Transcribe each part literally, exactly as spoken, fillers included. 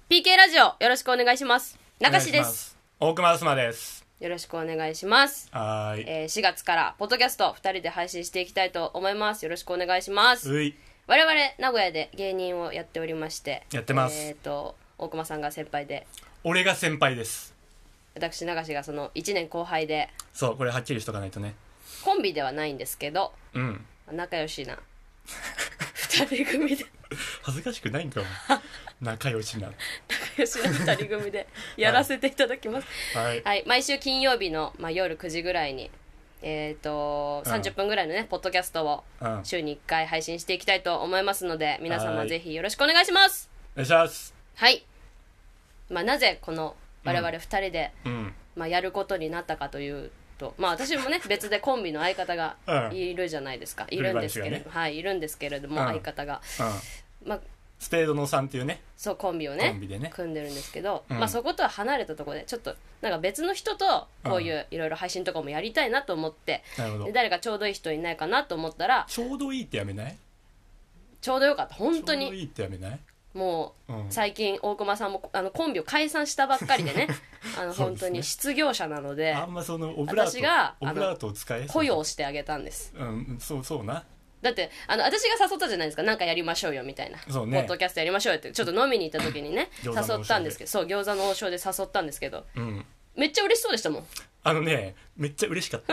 ピーケー ラジオよろしくお願いします。中志です。 大熊あすまです。 よろしくお願いします。 はい、 えー、しがつからポッドキャストふたりで配信していきたいと思います。よろしくお願いします。 うい。 我々名古屋で芸人をやっておりまして、 やってます。 えーと大熊さんが先輩で、 俺が先輩です。 私流しがそのいちねんこう輩で、 そうこれはっきりしとかないとね。 コンビではないんですけど、 うん、 仲良しなふたり組で恥ずかしくないんかも仲良しな仲良しなふたり組でやらせていただきます。 はい、 はい、毎週金曜日の、まあ、夜くじぐらいにえーとさんじゅっぷんぐらいのね、うん、ポッドキャストを週にいっかい配信していきたいと思いますので、皆様ぜひよろしくお願いします。 お願いします。 はい、まあ、なぜこの我々ふたりで、 うん、まあ、 やることになったかというと、まあ、私もね別でコンビの相方がいるじゃないですか、うん、いるんですけれど、ね、はい、いるんですけれども、うん、相方が、うん、まあ、 スペードのさんっていうね、 そうコンビをね、 ね組んでるんですけど、うん、まあ、そことは離れたところでちょっとなんか別の人とこういういろいろ配信とかもやりたいなと思って、うん、で誰かちょうどいい人いないかなと思ったら、 ちょうどいいってやめない？ ちょうどよかった、本当にちょうどいいってやめない？ もう、うん、最近大熊さんもあのコンビを解散したばっかりでねあの本当に失業者なので、 あんまそのオブラート私がオブラートを使え雇用してあげたんです。 うん、そうそうな。 だってあの私が誘ったじゃないですか、なんかやりましょうよみたいな、 そうね、 ポッドキャストやりましょうよってちょっと飲みに行った時にね誘ったんですけど、そう餃子の王将で誘ったんですけど、うん、めっちゃ嬉しそうでしたもん。 あのね、めっちゃ嬉しかった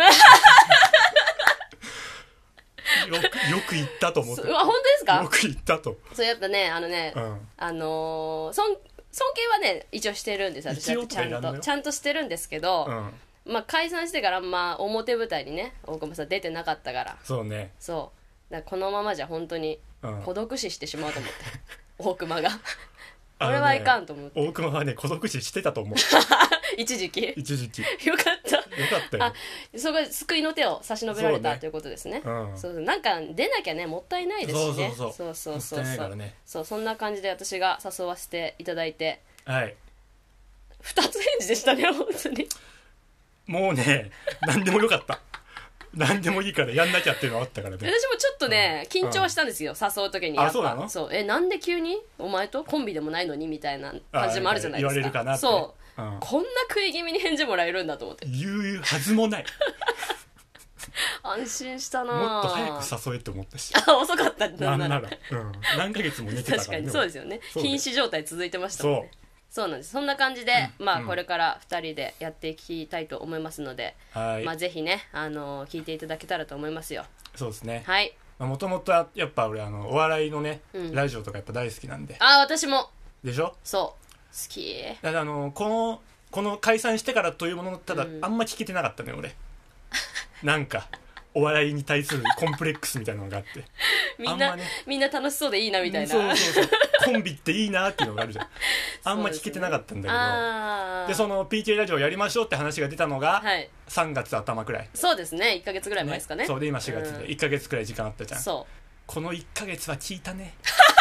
よく、よく言ったと思って。 あ、本当ですか？ よく言ったと。 そうやっぱね、あのね、うん、あのー、尊尊敬はね一応してるんです。私だってちゃんとちゃんとしてるんですけど、うん、まあ解散してからまあ表舞台にね大久保さん出てなかったから、 そうね、 そうだからこのままじゃ本当に孤独死してしまうと思って、うん、大熊がこれはいかんと思って、 ね、大熊はね孤独死してたと思う一時期一時期よかったよかったよ。 あ、そこで救いの手を差し伸べられた、ね、ということですね、うん、そうそう、なんか出なきゃねもったいないですしね。 そうそうそうそうそうそうそう、 ね、 そう、そんな感じで私が誘わせていただいて、 はい、 二つ返事でしたね本当に。 もうね何でもよかった何でもいいからやんなきゃっていうのがあったからね。 私もちょっとね、うん、緊張はしたんですよ、うん、誘う時に。やっぱ、 あ、そうなの？ そう、え、なんで急にお前とコンビでもないのにみたいな感じもあるじゃないですか。 言われるかなって。 そう、うん、こんな食い気味に返事もらえるんだと思って、 言うはずもない安心したな。 もっと早く誘えって思ったし。 あ、遅かったんだ。 なんなら、うん、何ヶ月も寝てたからね。 確かにそうですよね。瀕死状態続いてましたもんね。そうなんです。そんな感じで、うん、まあこれからふたりでやっていきたいと思いますので、はい、まあぜひね、あのー、聞いていただけたらと思いますよ。 そうですね。 はい。 もともとやっぱ俺あのお笑いのね、うん、ラジオとかやっぱ大好きなんで。 あ、私も。 でしょ？ そう好き。 だからあのこのこの解散してからというものただ、うん、あんま聞けてなかったね俺なんかお笑いに対するコンプレックスみたいなのがあってみんな、ね、みんな楽しそうでいいなみたいな、 そうそうそうコンビっていいなっていうのがあるじゃんあんま聞けてなかったんだけど、そ で, その ピーケー ラジオやりましょうって話が出たのが、はい、さんがつ頭くらい。 そうですね、いっかげつぐらい前ですか ね, ねそうで今しがつでいっかげつくらい時間あったじゃん。 そうこのいっかげつは聞いたね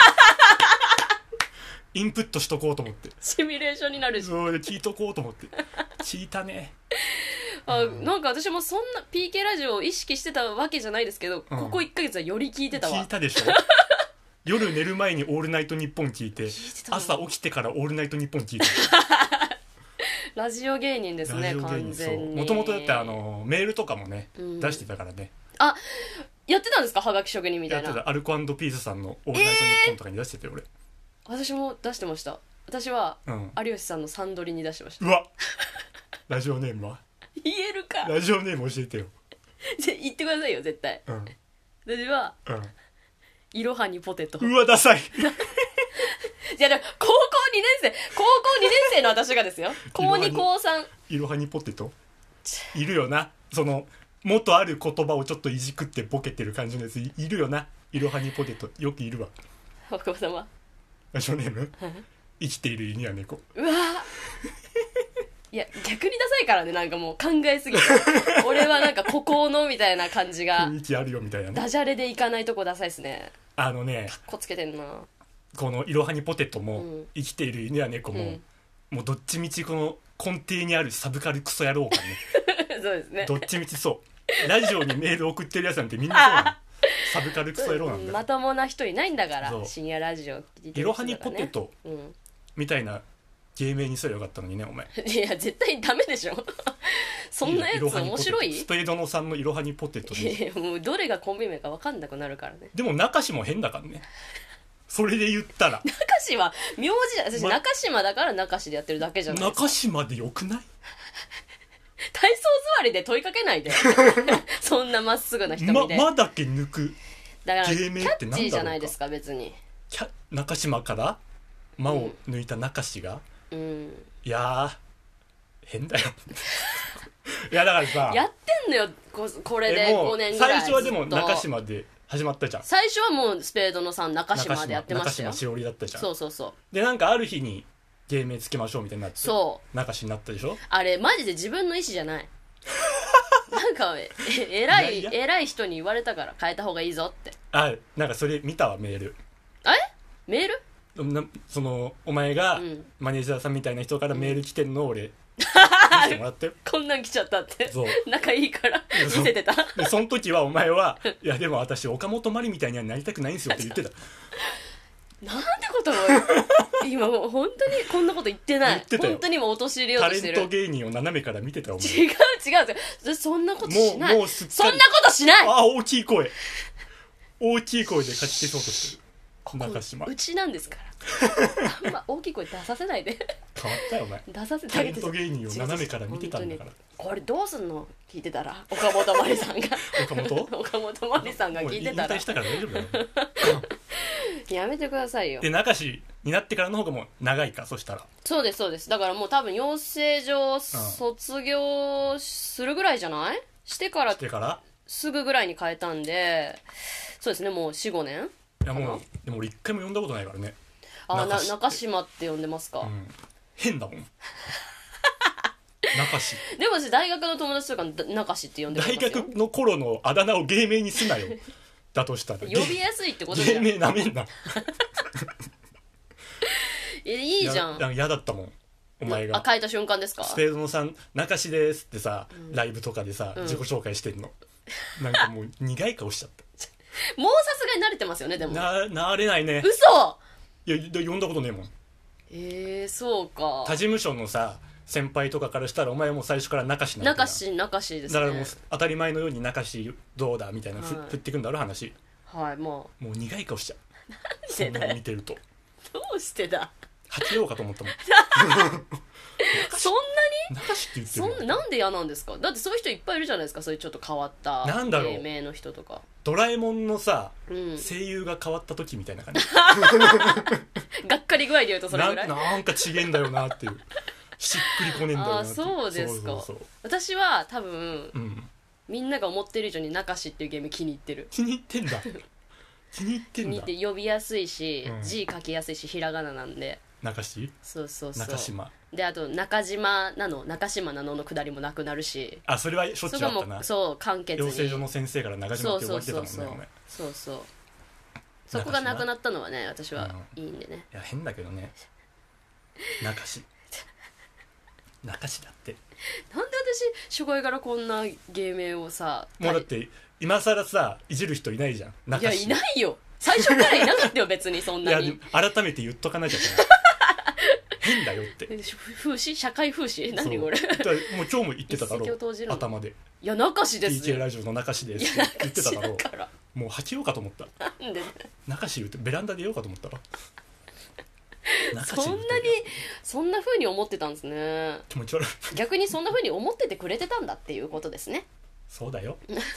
インプットしとこうと思って、 シミュレーションになるし、 そう聞いとこうと思って聞いたねあ、なんか私もそんな ピーケー ラジオを意識してたわけじゃないですけど、うん、ここいっかげつはより聞いてたわ。 聞いたでしょ夜寝る前にオールナイトニッポン聞いて、聞いて朝起きてからオールナイトニッポン聞いてラジオ芸人ですね、完全に。 もともとだってあのメールとかもね、うん、出してたからね。 あ、やってたんですか、はがき職人みたいな。 やってた。アルコ&ピースさんのオールナイトニッポンとかに出してて、えー、俺私も出してました。私は、うん、有吉さんのサンドリに出してました。 うわラジオネームは言えるか。 ラジオネーム教えてよ言ってくださいよ絶対、うん、私は、うん、いろはにポテト。 うわダサいいやでも高校にねん生高校にねん生の私がですよ高に高さんいろはにポテトいるよな。その元ある言葉をちょっといじくってボケてる感じのやつ い, いるよな。いろはにポテトよくいるわ。 大久保さんはラジオネーム生きている犬や猫。 うわいや逆にダサいからね、なんかもう考えすぎて俺はなんか孤高のみたいな感じが雰囲気あるよみたいな、ね、 ダジャレでいかないとこダサいですね。 あのねかっこつけてんな。 このいろはにポテトも、うん、生きている犬や猫も、うん、もうどっちみちこの根底にあるサブカルクソ野郎感ねそうですね、 どっちみちそうラジオにメール送ってるやつなんてみんなそうなのサブカルクソ野郎なんだよ。 まともな人いないんだから深夜ラジオ聞いてる人だからね。 いろはにポテト、うん、 みたいな芸名にすればよかったのにねお前。 いや絶対ダメでしょそんなやつ面白い。 スペードのさんのいろはにポテトで。 いやもうどれがコンビ名か分かんなくなるからね。 でも中志も変だからねそれで言ったら。 中志は名字じゃ私、ま、中島だから中志でやってるだけじゃないですか。 中島でよくない体操座りで問いかけないでそんなまっすぐな瞳で、 ま、まだけ抜くだから芸名って何だろうか。キャッチーじゃないですか別に。 キャ中島から間を抜いた中志が、 うん、 いやー変だよいやだからさやってんのよ こ, これでごねんぐらい。 最初はでも中島で始まったじゃん。 最初はもうスペードのさん中島でやってましたよ。 中島しおりだったじゃん。 そうそうそう。 でなんかある日に芸名つけましょうみたいになって、 そう中志になったでしょ。 あれマジで自分の意思じゃないなんかえ偉い偉い人に言われたから変えた方がいいぞって。 あなんかそれ見たわメール。 えメールなそのお前がマネージャーさんみたいな人からメール来てんのを俺、うん、見せてもらってよこんなん来ちゃったって。 そう仲いいから見せてた。 でその時はお前はいやでも私岡本真理みたいにはなりたくないんですよって言ってたなんてことを今もう本当にこんなこと言ってない。言ってたよ。本当にも陥れようとしてる。 タレント芸人を斜めから見てたお前。 違う違うそんなことしない。もうもうすっかりそんなことしない。 あ大きい声大きい声で勝ち消そうとしてる中島。 うちなんですからあんま大きい声出させないで変わったよお前。 出させてタレント芸人を斜めから見てたんだから。 これどうすんの聞いてたら岡本真理さんが岡本岡本真理さんが聞いてたら引退したから大丈夫だよやめてくださいよ。 で中志になってからの方がもう長いか。そしたらそうですそうです。だからもう多分養成所卒業するぐらいじゃない、してからしてからすぐぐらいに変えたんで、そうですねもう よん,ご 年。 いやもうでも俺一回も呼んだことないからね。 あな中島って呼んでますか、うん、 変だもん中志でも私大学の友達とか中志って呼んでますよ。 大学の頃のあだ名を芸名にすなよだとしたら呼びやすいってことじゃん。 芸名なめんなえいいじゃん。 嫌だったもんお前が。 あ変えた瞬間ですか。 スペードのさん中志ですってさ、うん、ライブとかでさ、うん、自己紹介してんのなんかもう苦い顔しちゃったもうさすがに慣れてますよね。でもな慣れないね。 嘘。 いや呼んだことねえもん。 えー、そうか。 他事務所のさ先輩とかからしたらお前はもう最初から中志なんだ。 中志中志ですね。 だからもう当たり前のように中志どうだみたいな、はい、振ってくんだろ話。 はいもうもう苦い顔しちゃう。 なんでだよ。 見てるとどうしてだ。 吐きようかと思ったもんそんなに中志って言ってるの。 そんなんで嫌なんですか。だってそういう人いっぱいいるじゃないですか。そういうちょっと変わった芸名の人とか。 ドラえもんのさ、うん、声優が変わった時みたいな感じがっかり具合で言うとそれぐらいな, なんかちげえんだよなっていうしっくりこねえんだよなって。あそうですか。そうそうそう。私は多分、うん、みんなが思ってる以上に中志っていうゲーム気に入ってる。 気に入ってんだ気に入ってんだ。気に入って呼びやすいし、うん、字書きやすいしひらがななんで。 中志。 そうそうそう。 中島であと中島なの中島なののくだりもなくなるし。 あそれはしょっちゅうあったな。 そう簡潔に養成所の先生から中島って呼ばれてたもんね。 そうそうそうそうそうそこがなくなったのはね私はいいんでね、 うん、いや変だけどね中志中志だってなんで私初回からこんな芸名をさもうだって今更さいじる人いないじゃん中志。いやいないよ最初からいなかったよ別にそんなに。いや改めて言っとかなきゃいけない変だよって風刺社会風刺何これもう今日も言ってただろう頭で。 いや中志ですよティーケー ラジオの中志ですって言ってただろう。もう吐きようかと思った。 なんで中志言ってベランダで言おうかと思ったわそんなにそんな風に思ってたんですね。 気持ち悪い逆にそんな風に思っててくれてたんだっていうことですね。 そうだよ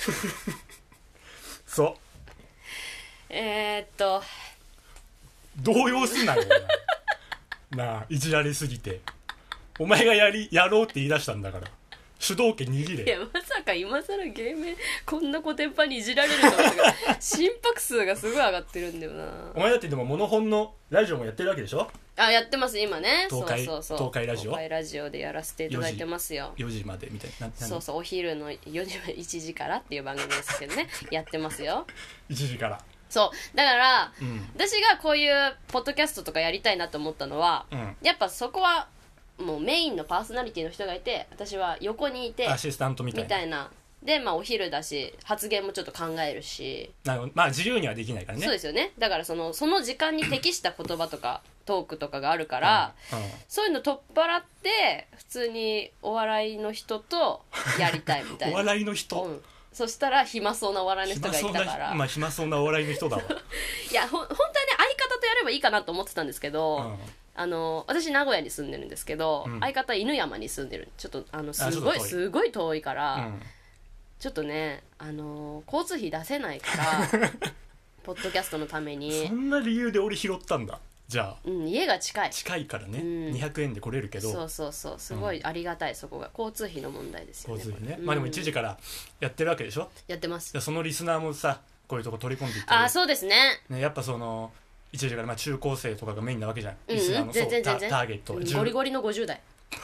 そうえー、っと動揺すなよなあいじられすぎてお前がやりやろうって言い出したんだから主導権握れ。 いやまさか今更芸名こんなコテンパンにいじられると思ったから心拍数がすごい上がってるんだよな。 お前だってでもモノホンのラジオもやってるわけでしょ。 あやってます今ね。 東海そうそうそう東海ラジオ東海ラジオでやらせていただいてますよ。 よじまでみたいな。 そうそうお昼のよじいちじからっていう番組ですけどねやってますよいちじから。 そうだから、 うん、 私がこういうポッドキャストとかやりたいなと思ったのは、うん、やっぱそこはもうメインのパーソナリティの人がいて私は横にいてアシスタントみたいなみたいなで、まあ、お昼だし発言もちょっと考えるしなるほど、まあ自由にはできないからね。 そうですよね。だからそのその時間に適した言葉とかトークとかがあるから、 うんうん、 そういうの取っ払って普通にお笑いの人とやりたいみたいなお笑いの人、うん、 そしたら暇そうなお笑いの人がいたからまあ暇そうなお笑いの人だわいやほ本当はね相方とやればいいかなと思ってたんですけど、うん、あの私名古屋に住んでるんですけど、うん、相方犬山に住んでるちょっとあのすごいすごい遠いから、うん、ちょっとねあの交通費出せないからポッドキャストのためにそんな理由で俺拾ったんだじゃあ、 うん、家が近い近いからね、うん、にひゃくえんで来れるけどそうそうそうすごいありがたい、うん、そこが交通費の問題ですよね交通費ね、うん、まあでもいちじからやってるわけでしょやってますそのリスナーもさこういうとこ取り込んでいってあそうですねねやっぱそのいちじからまあ中高生とかがメインなわけじゃん、 うん、 リスナーの全然全然ターゲット、うん、 ゴリゴリのごじゅう代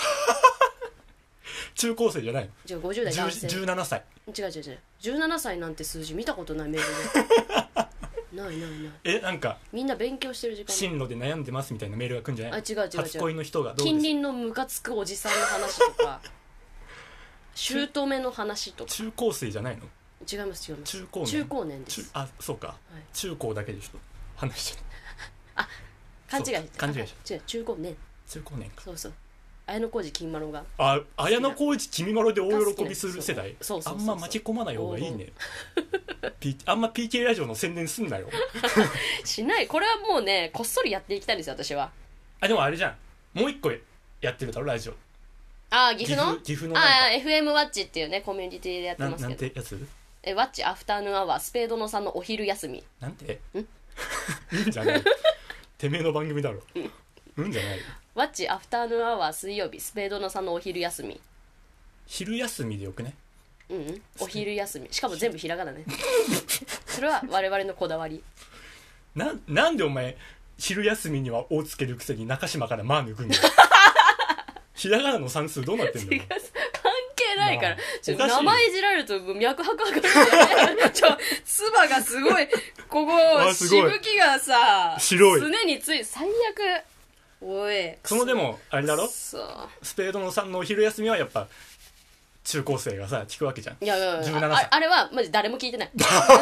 中高生じゃないのじゃあごじゅう代男性じゅうななさい違う違う違うじゅうななさいなんて数字見たことないメールでないないないえなんかみんな勉強してる時間進路で悩んでますみたいなメールが来るんじゃないあ違う違う違う初恋の人がどうです近隣のムカつくおじさんの話とか姑の話とか中高生じゃないの違います違います中高年中高年ですあそうか、はい、中高だけでしょ話しちゃうあ勘違いして勘違いして違う中高年中高年かそうそう綾小路きみまろがあ綾小路きみまろで大喜びする世代そうそうそうそうあんま巻き込まない方がいいねあんま ピーケー ラジオの宣伝すんなよしないこれはもうねこっそりやっていきたいんですよ私はあでもあれじゃんもう一個やってるだろラジオあ岐阜の岐阜のあ エフエム ワッチっていうねコミュニティでやってますけどな、なんてやつえワッチアフターヌーンアワースペードのさんのお昼休みなんてんいいんじゃないてめえの番組だろうんじゃないワッチアフターヌーンアワー水曜日スペードのさんのお昼休み昼休みでよくねうん、うん、お昼休みしかも全部ひらがなねそれは我々のこだわりな, なんでお前昼休みには「お」つけるくせに中島から「ま」抜くんだよひらがなの算数どうなってんだよ関係ないから、まあ、ちょ名前いじられると脈拍上がるちょ唾がすごいここしぶきがさ白い常につい最悪おいそのでもあれだろスペードのさんのお昼休みはやっぱ中高生がさ聞くわけじゃんいやいやいやじゅうななさいあ, あれはマジ誰も聞いてない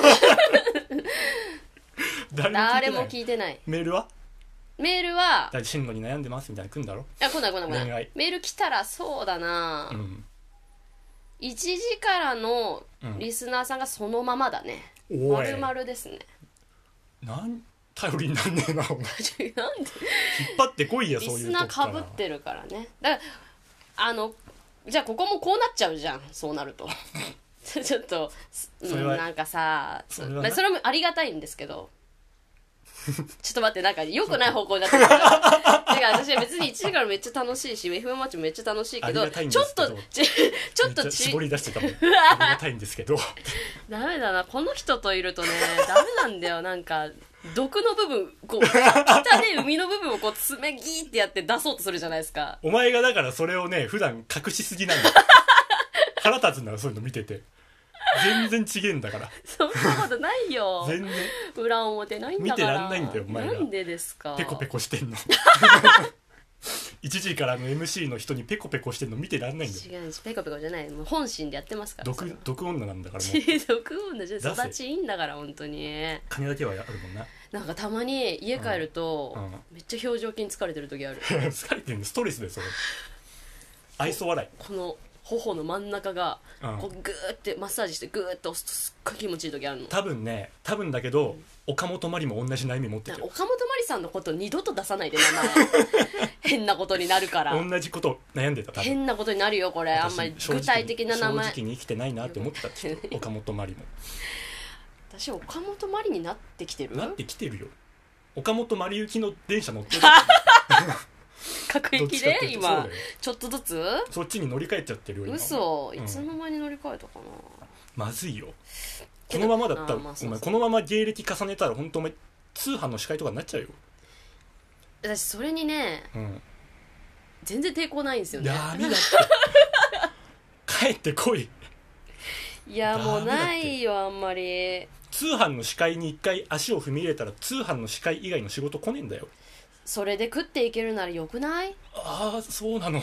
誰も聞いてないメールはメールは進路に悩んでますみたいな来るんだろいや来ない来ない来ないメール来たらそうだな、うん、いちじからのリスナーさんがそのままだね、うん、丸々ですねなん頼りになんねえなお前なんで引っ張ってこいやそういうリスナーかぶってるからねだからあのじゃあここもこうなっちゃうじゃんそうなるとちょっと、うん、なんかさそれ, まあ、それもありがたいんですけどちょっと待ってなんか良くない方向になってるからてか私は別にいちじからめっちゃ楽しいし エフエム マッチもめっちゃ楽しいけどちょっとちょっとち絞り出してたもんありがたいんですけどダメだなこの人といるとねダメなんだよなんか毒の部分こう汚ね海の部分をこう爪ギーってやって出そうとするじゃないですかお前がだからそれをね普段隠しすぎなんだ腹立つんだよそういうの見てて全然ちげえんだからそんなことないよ全然裏表ないんだから見てらんないんだよお前がなんでですかペコペコしてんのいちじからの エムシー の人にペコペコしてんの見てらんないんだよ違うペコペコじゃないもう本心でやってますから毒毒女なんだからもう毒女じゃ育ちいいんだから本当に金だけはあるもんななんかたまに家帰ると、うんうん、めっちゃ表情筋疲れてる時ある疲れてるのストレスでそれ愛想笑いこの頬の真ん中がこうグーってマッサージしてグーって押すとすっごい気持ちいい時あるの多分ね多分だけど、うん、岡本真理も同じ悩み持ってて岡本真理さんのこと二度と出さないで名前変なことになるから同じこと悩んでた多分変なことになるよこれあんまり具体的な名前正直に生きてないなって思ってたって岡本真理も私岡本真理になってきてるなってきてるよ岡本真理行きの電車乗ってる各駅で今ちょっとずつそっちに乗り換えちゃってるよ嘘いつの間に乗り換えたかな、 うん、まずいよこのままだったら、まあ、お前このまま芸歴重ねたら本当お前通販の司会とかになっちゃうよ私それにね、うん、全然抵抗ないんですよねダメだって帰ってこいいやもうないよあんまり通販の司会に一回足を踏み入れたら通販の司会以外の仕事来ねえんだよそれで食っていけるならよくない？ ああそうなの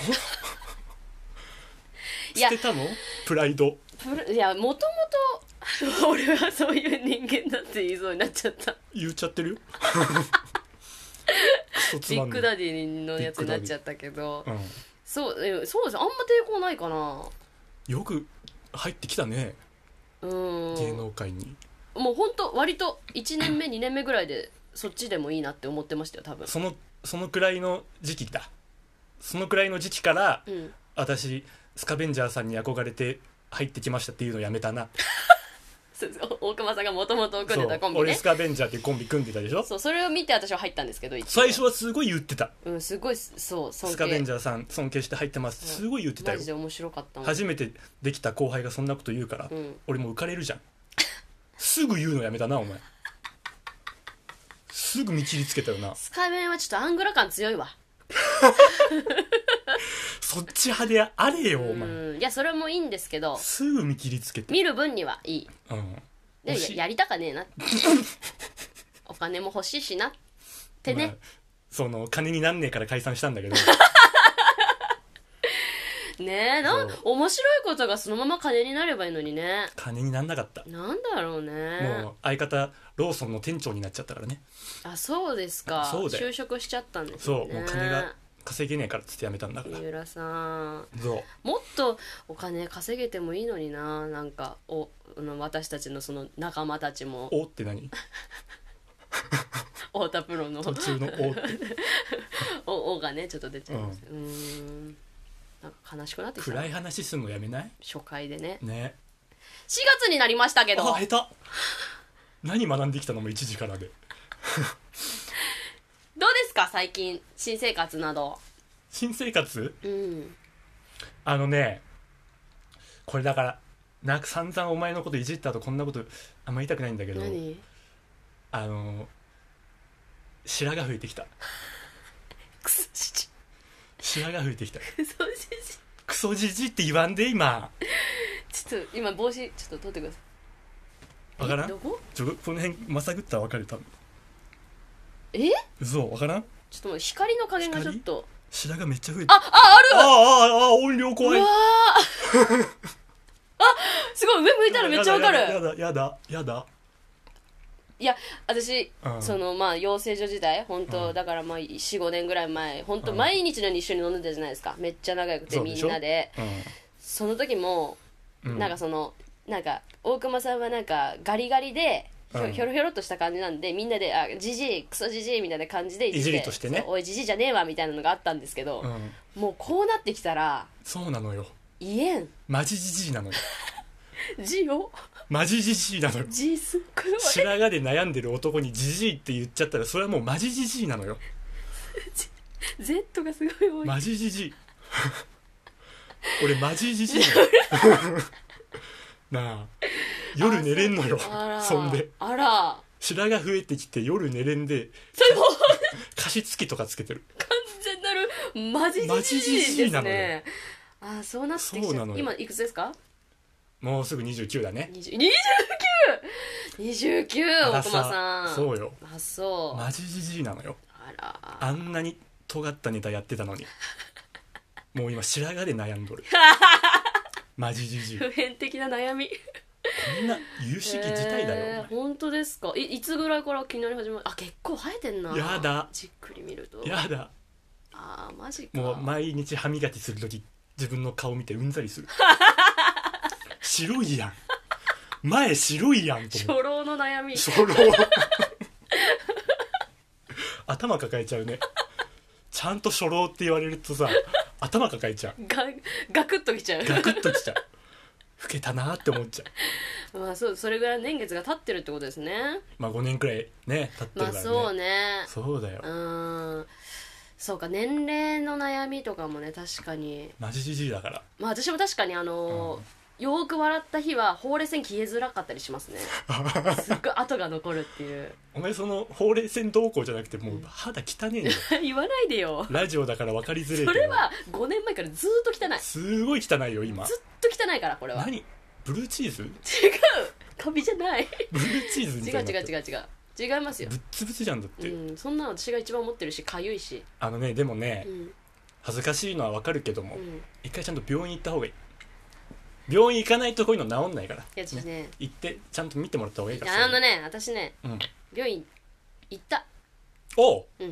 捨てたのプライドプいやもともと俺はそういう人間だって言いそうになっちゃった言っちゃってるよビッグダディのやつになっちゃったけど、うん、そうえそうですあんま抵抗ないかな。 よく入ってきたね、うん、芸能界に。 もうほんと割といちねんめにねんめぐらいでそっちでもいいなって思ってましたよ多分。 そのそのくらいの時期だ。そのくらいの時期から、うん、私スカベンジャーさんに憧れて入ってきましたっていうのをやめたな。 そうそう大熊さんがもともと組んでたコンビね。 俺スカベンジャーっていうコンビ組んでたでしょ。 そうそれを見て私は入ったんですけど最初はすごい言ってた。 うんすごいそう尊敬スカベンジャーさん尊敬して入ってます、すごい言ってたよ。 マジで面白かったもん。 初めてできた後輩がそんなこと言うから、うん、俺も浮かれるじゃん。すぐ言うのやめたなお前。すぐ見切りつけたよな。 スカベンはちょっとアングラ感強いわ。 そっち派であれよお前。 うんいやそれもいいんですけどすぐ見切りつけて見る分にはいい、うん、で や, やりたかねえなお金も欲しいしなってね、まあ、 その金になんねえから解散したんだけどねえな面白いことがそのまま金になればいいのにね。 金になんなかった。 なんだろうね。 もう相方ローソンの店長になっちゃったからね。 あそうですか。そうだよ就職しちゃったんですね。 そうもう金が稼げねえからっつって辞めたんだから。 三浦さんそうもっとお金稼げてもいいのにな。なんかお私たちのその仲間たちもおって何太田プロの途中のおっておおがねちょっと出ちゃいます、うん、うーんなんか悲しくなってきた。 暗い話すんのやめない？ 初回でね。 ね。 しがつになりましたけど。 あ、下手。何学んできたのもいちじからで。 どうですか最近新生活など。 新生活？ うん。 あのね、これだからなんか散々お前のこといじった後こんなことあんま言いたくないんだけど。 何？ あの白が増えてきた。 くそじじ。 白が増えてきた。 クソじじクソじじって言わんで今。 ちょっと今帽子ちょっと取ってください。わからん？ どこ？ ちょこの辺まさぐったらわかる多分。 え？ 嘘わからん？ ちょっともう光の加減がちょっと。 白がめっちゃ増えて。 ああある。 ああああ音量怖い。 うわあすごい上向いたらめっちゃわかる。 やだやだやだ。 いや私、うん、そのまあ養成所時代本当、うん、だからまあ よん,ご 年ぐらい前本当毎日のように一緒に飲んでたじゃないですか。めっちゃ仲良くてみんなで そ,、うん、その時も、うん、なんかそのなんか大熊さんはなんかガリガリでひ ょ,、うん、ひょろひょろっとした感じなんでみんなであジジイクソジジイみたいな感じでいじりとしてねおいジジイじゃねえわみたいなのがあったんですけど、うん、もうこうなってきたらそうなのよ言えんマジジジイなのよジオマジジジイなのよ。 ジすっごい白髪で悩んでる男にジジイって言っちゃったらそれはもうマジジジイなのよ。 Z がすごい多い。 マジジジイ俺マジジジイなのなあ夜寝れんのよ。そんであら白髪増えてきて夜寝れんで加湿器とかつけてる。 完全なるマジジジイですね。あそうなってきちゃう。今いくつですか？ もうすぐにじゅうきゅうだね。 にじゅうきゅう にじゅうきゅう大熊さん。 そうよ。 あそうマジジジイなのよ。 あらあんなに尖ったネタやってたのにもう今白髪で悩んどるマジジジイ。 普遍的な悩み。 こんな有識事態だよ。 本当ですか？ い, いつぐらいから気になり始める？あ結構生えてんな。 やだじっくり見るとやだ。 あマジか。 もう毎日歯磨きするとき自分の顔見てうんざりする白いやん前白いやんと初老の悩み。 初老頭抱えちゃうね。ちゃんと初老って言われるとさ頭抱えちゃう。 ガガクッときちゃう。 ガクッときちゃう。老けたなって思っちゃう。まあそうそれぐらい年月が経ってるってことですね。 まあごねんくらいね経ってるからね。まあそうね。 そうだよ。 うんそうか年齢の悩みとかもね確かにマジジジイだから。 まあ私も確かにあのーうんよーく笑った日はほうれい線消えづらかったりしますね。すっごい跡が残るっていう。 お前そのほうれい線どうこうじゃなくてもう肌汚ねえよ言わないでよ。 ラジオだから分かりづれえけどそれはごねんまえからずっと汚い。 すごい汚いよ今。 ずっと汚いからこれは。 何ブルーチーズ？違うカビじゃないブルーチーズみたいな。 違う違う違う違う違いますよ。 ぶっつぶつじゃんだって、 うん、そんなの私が一番持ってるしかゆいし。 あのねでもね、うん、恥ずかしいのは分かるけども、 うん、 一回ちゃんと病院行った方がいい。病院行かないとこういうの治んないから。いやちょっとね、 行ってちゃんと見てもらった方がいいから。 あのね私ね、うん、病院行った。 おう、 うん、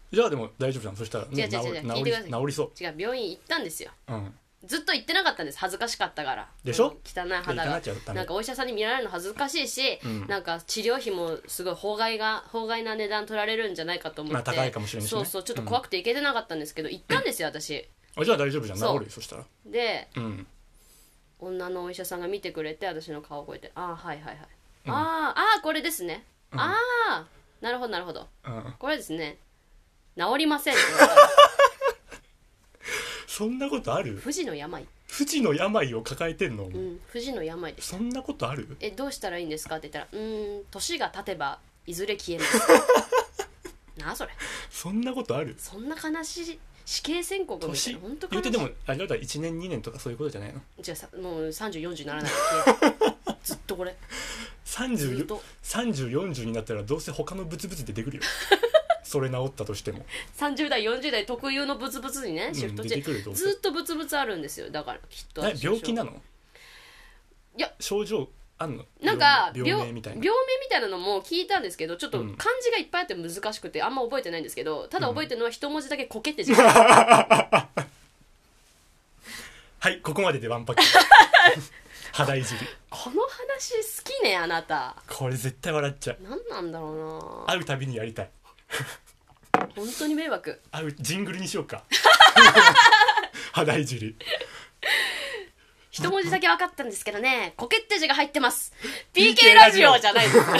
じゃあでも大丈夫じゃん。そしたら違う違う違う、 治り聞いてください。 治りそう違う、病院行ったんですよ。 う。うんずっと行ってなかったんです。恥ずかしかったから。 でしょ。 汚い肌がなんかお医者さんに見られるの恥ずかしいし、うん、なんか治療費もすごい法外が法外な値段取られるんじゃないかと思って、まあ、 高いかもしれないし、ね、 そうそう、ちょっと怖くて行けてなかったんですけど、うん、行ったんですよ私。 あ、じゃあ大丈夫じゃん。治るよ。そしたらで、 うん、 女のお医者さんが見てくれて、私の顔をこうやって、ああはいはいはい、うん、あああこれですね、うん、ああなるほどなるほど、うん、これですね、治りませんって言われたそんなことある？ 不治の病。 不治の病を抱えてんの？ うん、不治の病です。 そんなことある？ え、どうしたらいいんですかって言ったら、うーん、年が経てばいずれ消えますなあそれ。 そんなことある？ そんな悲しい死刑宣告みたいな。本当言うてでもあれだったらいちねんにねんとかそういうことじゃないの？ じゃあもうさんじゅう、よんじゅうにならないとずっとこれさんじゅう、さんじゅう、よんじゅうになったらどうせ他のブツブツ出てくるよそれ治ったとしてもさんじゅう代よんじゅう代特有のブツブツにね、シフトチェンジ、ずっとブツブツあるんですよ。だからきっと病気なの？ いや症状あんの？ なんか病名みたいな病名みたいなのも聞いたんですけど、ちょっと漢字がいっぱいあって難しくてあんま覚えてないんですけど、ただ覚えてるのは一文字だけコケって字がはい、ここまででワンパック肌いじり。 この話好きねあなた。 これ絶対笑っちゃう。 何なんだろうな、 会うたびにやりたい本当に迷惑。 会うジングルにしようか肌いじり。 一文字だけ分かったんですけどね、コケって字が入ってます。 ピーケー ラジオじゃないですいい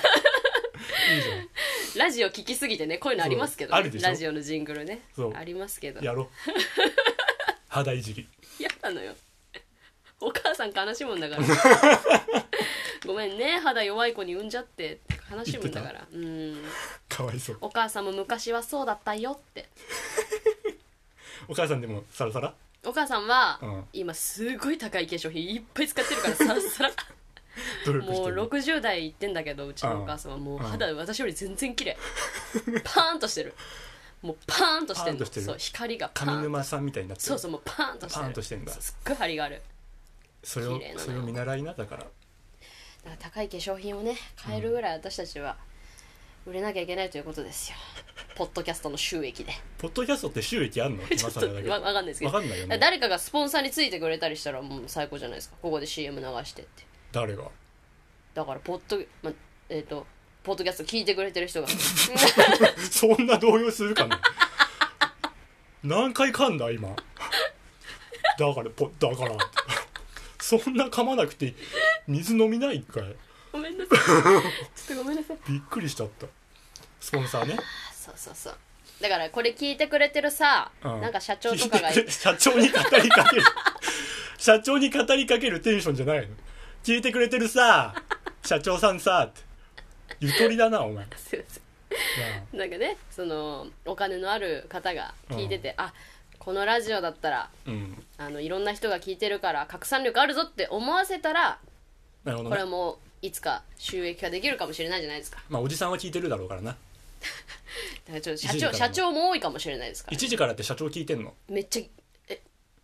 じゃん。ラジオ聞きすぎてね、こういうのありますけど、ね、 あるでしょ、 ラジオのジングルね、ありますけど、 やろう肌いじり。 やだのよ、お母さん悲しむんだからごめんね、肌弱い子に産んじゃって悲しむんだから。うん、 かわいそう。 お母さんも昔はそうだったよってお母さんでもサラサラ？ お母さんは、 うん、 今すごい高い化粧品いっぱい使ってるからサラサラもうろくじゅう代いってんだけど、うちのお母さんはもう肌、うん、私より全然綺麗パーンとしてる、もうパーンとしてるの。そう、光がパーン、 上沼さんみたいになってる。 そうそう、もうパーンとしてる、 パーンとしてんだ。 すっごい張りがある。 それをそれを見習いな。だからだから高い化粧品をね買えるぐらい私たちは売れなきゃいけないということですよ、ポッドキャストの収益で。 ポッドキャストって収益あんの？ ちょっと分かんないですけど、分かんないよね。誰かがスポンサーについてくれたりしたらもう最高じゃないですか。ここで シーエム 流してって。 誰が？ だからポッド、ま、えっ、ー、とポッドキャスト聞いてくれてる人がそんな動揺するかね何回噛んだ今だからポだからそんな噛まなくていい、水飲みないかい。 ごめんなさいちょっとごめんなさい、 びっくりしちゃった。スポンサーね。 そうそうそう、だからこれ聞いてくれてるさ、うん、なんか社長とかが社長に語りかける社長に語りかけるテンションじゃないの。聞いてくれてるさ社長さんさってゆとりだなお前すいませんなんかね、そのお金のある方が聞いてて、うん、あ、このラジオだったら、うん、あのいろんな人が聞いてるから拡散力あるぞって思わせたら、なるほど、ね、これもいつか収益化できるかもしれないじゃないですか。 まあおじさんは聞いてるだろうからなだからちょっと社長社長も多いかもしれないですから、ね、 いちじからって社長聞いてんの？ めっちゃえ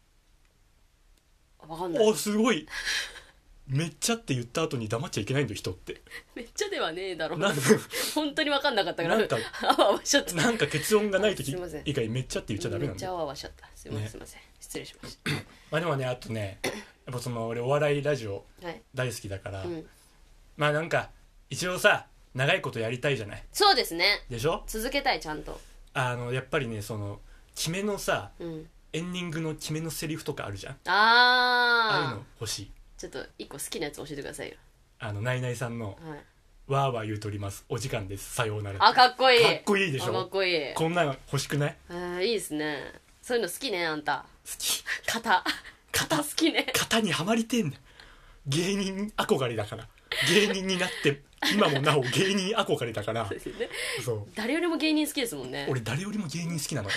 わかんない。 おすごいめっちゃって言った後に黙っちゃいけないんだよ人って。 めっちゃではねえだろ本当に分かんなかったからなんかあわあわしちゃった。 なんか結音がない時以外めっちゃって言っちゃダメなんだよ。 めっちゃあわあわしちゃった。すいません、ね、すいません失礼しましたまあでもね、あとねやっぱその俺お笑いラジオ大好きだから、はい、うん、まあなんか一応さ長いことやりたいじゃない。 そうですね。 でしょ。続けたいちゃんと。 あのやっぱりねその決めのさ、うん、エンディングの決めのセリフとかあるじゃん。あああいうの欲しい。 ちょっと一個好きなやつ教えてくださいよ。 あのナイナイさんの、はい、わーわー言うとりますお時間ですさようなら。 あ、かっこいい。 かっこいいでしょ。 かっこいい。 こんなの欲しくない？ あ、いいですね。そういうの好きねあんた。 好き。 型型好きね。 型にはまりてんねん。芸人憧れだから。芸人になって今もなお芸人憧れだからそうですよね。そう、 誰よりも芸人好きですもんね。 俺誰よりも芸人好きなのよ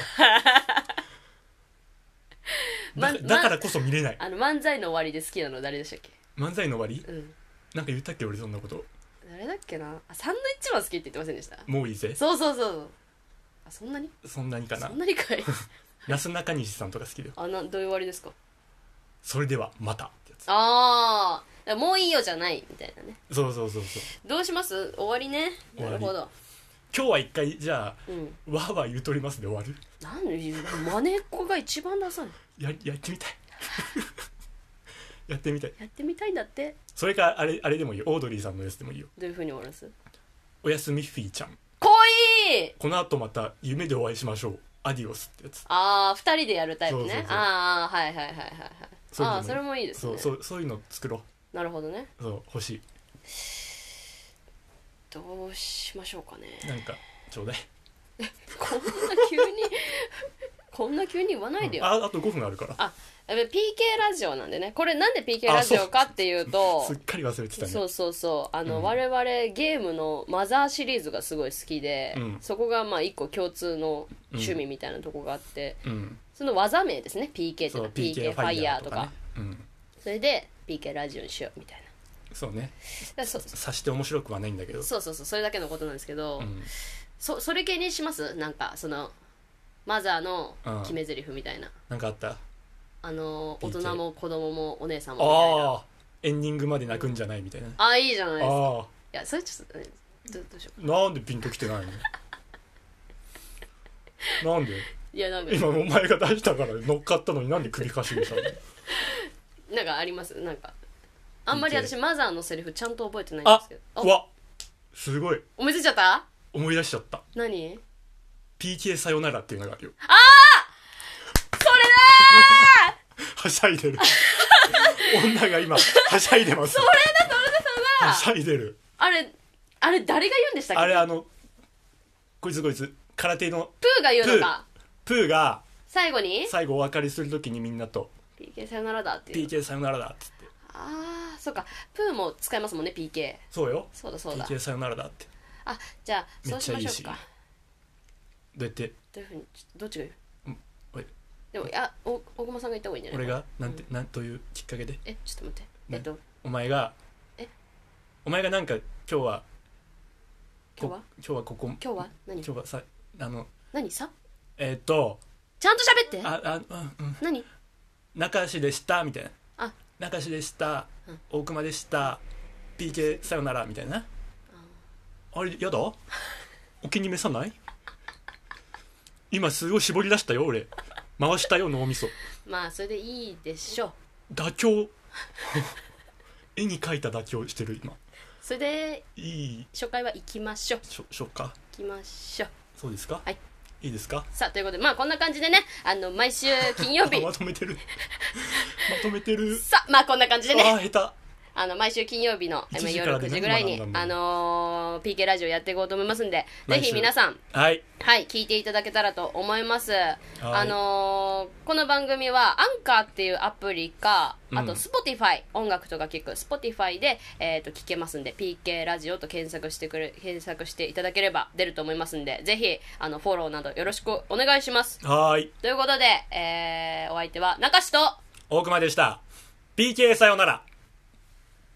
だ, だからこそ見れない。 あの漫才の終わりで好きなの誰でしたっけ？ 漫才の終わり、 うん、 なんか言ったっけ俺そんなこと。 誰だっけなあ、サンドイッチマン好きって言ってませんでした？ もういいぜ。 そうそうそう。あ、そんなにそんなにかな。 そんなにかいなすなかにしさんとか好きだよ。 あ、などういう終わりですか？ それではまたってやつ。 ああ、もういいよじゃないみたいなね。 そうそうそうそう。 どうします？終わりね。なるほど。 今日は一回じゃあ、 うん、 わーわー言うとりますで終わる。 なんでマネっ子が一番ダサいややってみたいやってみたいやってみたいんだって。 それかあれあれでもいいよ、オードリーさんのやつでもいいよ。 どういう風に終わらす？ おやすみフィーちゃん、 かわいい。 この後また夢でお会いしましょうアディオスってやつ。 ああ二人でやるタイプね。 そうそうそう、 ああはいはいはいはいはい。ああそれもいいですね。 そうそうそういうの作ろう。なるほどね。 そう欲しい。 どうしましょうかね。 なんかちょうだいこんな急にこんな急に言わないでよ、 うん、あ, あとごふんあるから。 あ ピーケー ラジオなんでね。これなんで ピーケー ラジオかっていうと、 すっかり忘れてたね。 そうそうそうあの、 うん、 我々ゲームのマザーシリーズがすごい好きで、うん、そこがまあ一個共通の趣味みたいなとこがあって、うん、その技名ですね ピーケー っていうのは ピーケー ファイヤーとか、うん、それで ピーケー ラジオにしようみたいな。 そうね、 だそさして面白くはないんだけど、 そうそうそうそれだけのことなんですけど、うん、そ, それ系にします。なんかそのマザーの決め台詞みたいな、 なんかあった？ あの大人も子供もお姉さんもみたいな。 あエンディングまで泣くんじゃないみたいな。 ああいいじゃないですか。あいやそれちょっと、ね、ど, どうしよう。 なんでピンときてないのなんで？ いやなんか今お前が出したから乗っかったのになんで首かしげしたのなんかあります。なんかあんまり私マザーのセリフちゃんと覚えてないんですけど。 あうわすごい思いついちゃった。 思い出しちゃった。 何？ ピーケー さよならっていうのがあるよ。 ああそれだはしゃいでる女が今はしゃいでます。 それだそれだそれだはしゃいでる。 あれあれ誰が言うんでしたっけ？ あれあのこいつこいつ空手のプーが言うのか。 プー、プーが最後に最後お別れするときにみんなとピーケー さよならだっていう。 ピーケー さよならだっつって。 ああそうかプーも使いますもんね ピーケー。 そうよそうだそうだピーケー さよならだって。 あじゃあそうしましょうか。 どうやってどういうふうにどっちが言う？ おいでもいやお大駒さんが言った方がいいんじゃない？ 俺がなんて、うん、なんというきっかけで？ えちょっと待ってえっとお前がえお前がなんか今日は今日は今日はここ今日は何今日はさあの何さえー、っとちゃんと喋ってああうんうん何中志でしたみたいな。 あ中志でした、うん、大熊でした ピーケー さよならみたいな。あ, あれやだお気に召さない？今すごい絞り出したよ俺回したよ脳みそ。 まあそれでいいでしょう。 妥協絵に描いた妥協してる今。 それでいい初回は行きましょう。 しょしょうか行きましょう。 そうですか。 はいいいですか。 さあということでまあこんな感じでねあの毎週金曜日まとめてるまとめてる。 さあまあこんな感じでねあ下手あの毎週金曜日の夜くじぐらいにあのー、ピーケー ラジオやっていこうと思いますんでぜひ皆さんはい、 はい、聞いていただけたらと思います。あのー、この番組はアンカーっていうアプリかあと Spotify、うん、音楽とか聞く Spotify で、えー、と聞けますんで ピーケー ラジオと検索してくれ検索していただければ出ると思いますんでぜひあのフォローなどよろしくお願いします。 はいということで、えー、お相手は中志と大熊でした。 ピーケー さよなら。